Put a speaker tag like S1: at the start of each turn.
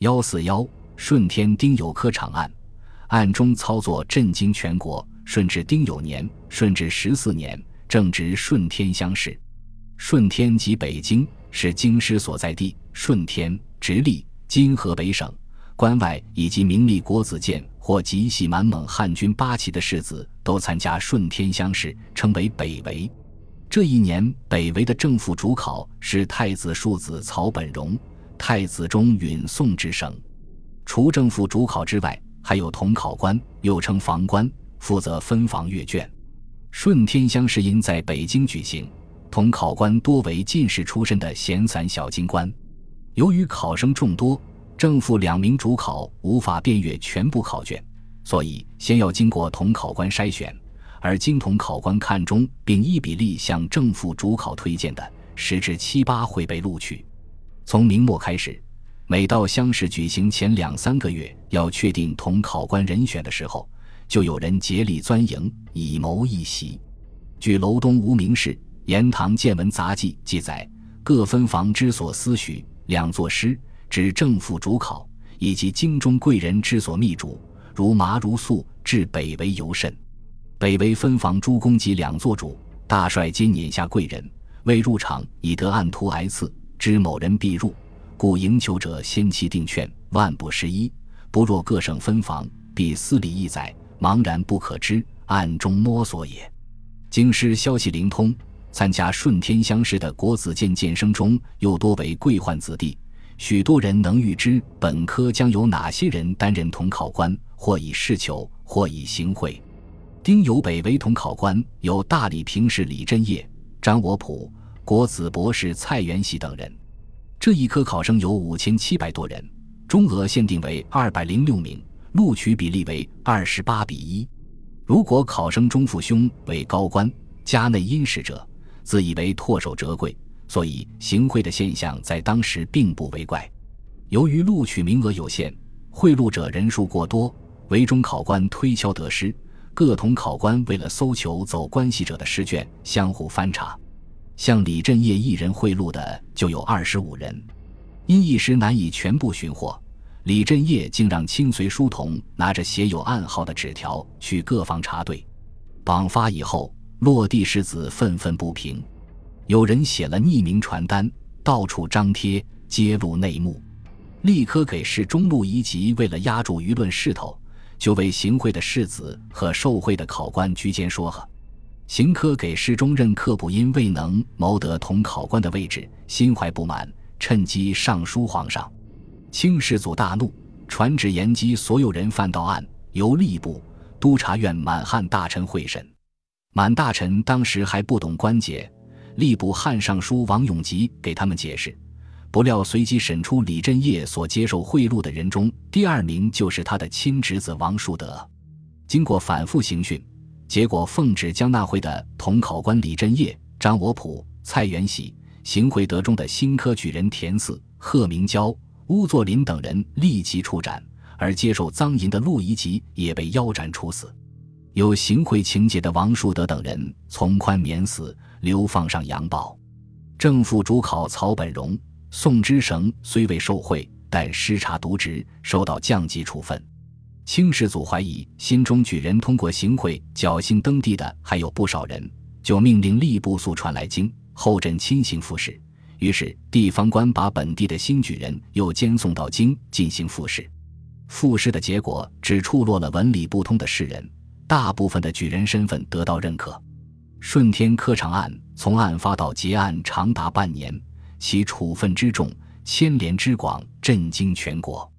S1: 141顺天丁酉科场案，案中操作震惊全国。顺治丁酉年，顺治14年，正值顺天乡试。顺天即北京，是京师所在地。顺天、直隶、今河北省关外以及名利国子监或极系满蒙汉军八旗的士子都参加顺天乡试，称为北闱。这一年北闱的正副主考是太子庶子曹本荣，太子中允宋之省。除正副主考之外，还有统考官，又称房官，负责分房阅卷。顺天乡试因在北京举行，统考官多为进士出身的闲散小京官。由于考生众多，正副2名主考无法遍阅全部考卷，所以先要经过统考官筛选，而经统考官看中并依比例向正副主考推荐的，10至7、8会被录取。从明末开始，每到乡试举行前2、3个月要确定统考官人选的时候，就有人竭力钻营，以谋一席。据楼东无名氏《延堂见闻杂记》记载，各分房之所思许，2作诗指正副主考，以及京中贵人之所觅主，如麻如素，至北闱尤甚。北闱分房诸公及2作主，大帅皆撵下贵人，未入场以得按图挨次，知某人必入，故迎求者先期定劝，万不失一。不若各省分房，必私理一载，茫然不可知，暗中摸索也。京师消息灵通，参加顺天乡试的国子监监生中又多为贵宦子弟，许多人能预知本科将有哪些人担任统考官，或以事求，或以行贿。丁酉北闱统考官有大理平氏李振业、张我溥、国子博士蔡元喜等人。这一科考生有5700多人，中额限定为206名，录取比例为28比1。如果考生中父兄为高官，家内殷实者，自以为唾手折桂，所以行贿的现象在当时并不为怪。由于录取名额有限，贿赂者人数过多，闱中考官推敲得失，各统考官为了搜求走关系者的试卷，相互翻查。像李振业一人贿赂的就有25人，因一时难以全部寻获，李振业竟让亲随书童拿着写有暗号的纸条去各房查对。榜发以后，落地士子愤愤不平，有人写了匿名传单，到处张贴，揭露内幕。立刻给事中录一级，为了压住舆论势头，就为行贿的士子和受贿的考官居间说和。刑科给事中任科补因未能谋得统考官的位置，心怀不满，趁机上书皇上。清世祖大怒，传旨严缉所有人犯到案，由吏部、督察院满汉大臣会审。满大臣当时还不懂关节，吏部汉尚书王永吉给他们解释，不料随即审出李振业所接受贿赂的人中，第2名就是他的亲侄子王树德。经过反复刑讯，结果奉旨将纳贿的统考官李振业、张我溥、蔡元喜、行贿得中的新科举人田嗣、贺明交、乌作霖等人立即处斩，而接受赃银的陆仪吉也被腰斩处死。有行贿情节的王树德等人从宽免死，流放上阳保。正副主考曹本荣、宋之绳虽未受贿，但失察渎职，受到降级处分。清世祖怀疑新中举人通过行贿侥幸登第的还有不少人，就命令吏部速传来京，后朕亲行复试。于是地方官把本地的新举人又监送到京进行复试。复试的结果只触落了文理不通的士人，大部分的举人身份得到认可。顺天科场案从案发到结案长达半年，其处分之重、牵连之广，震惊全国。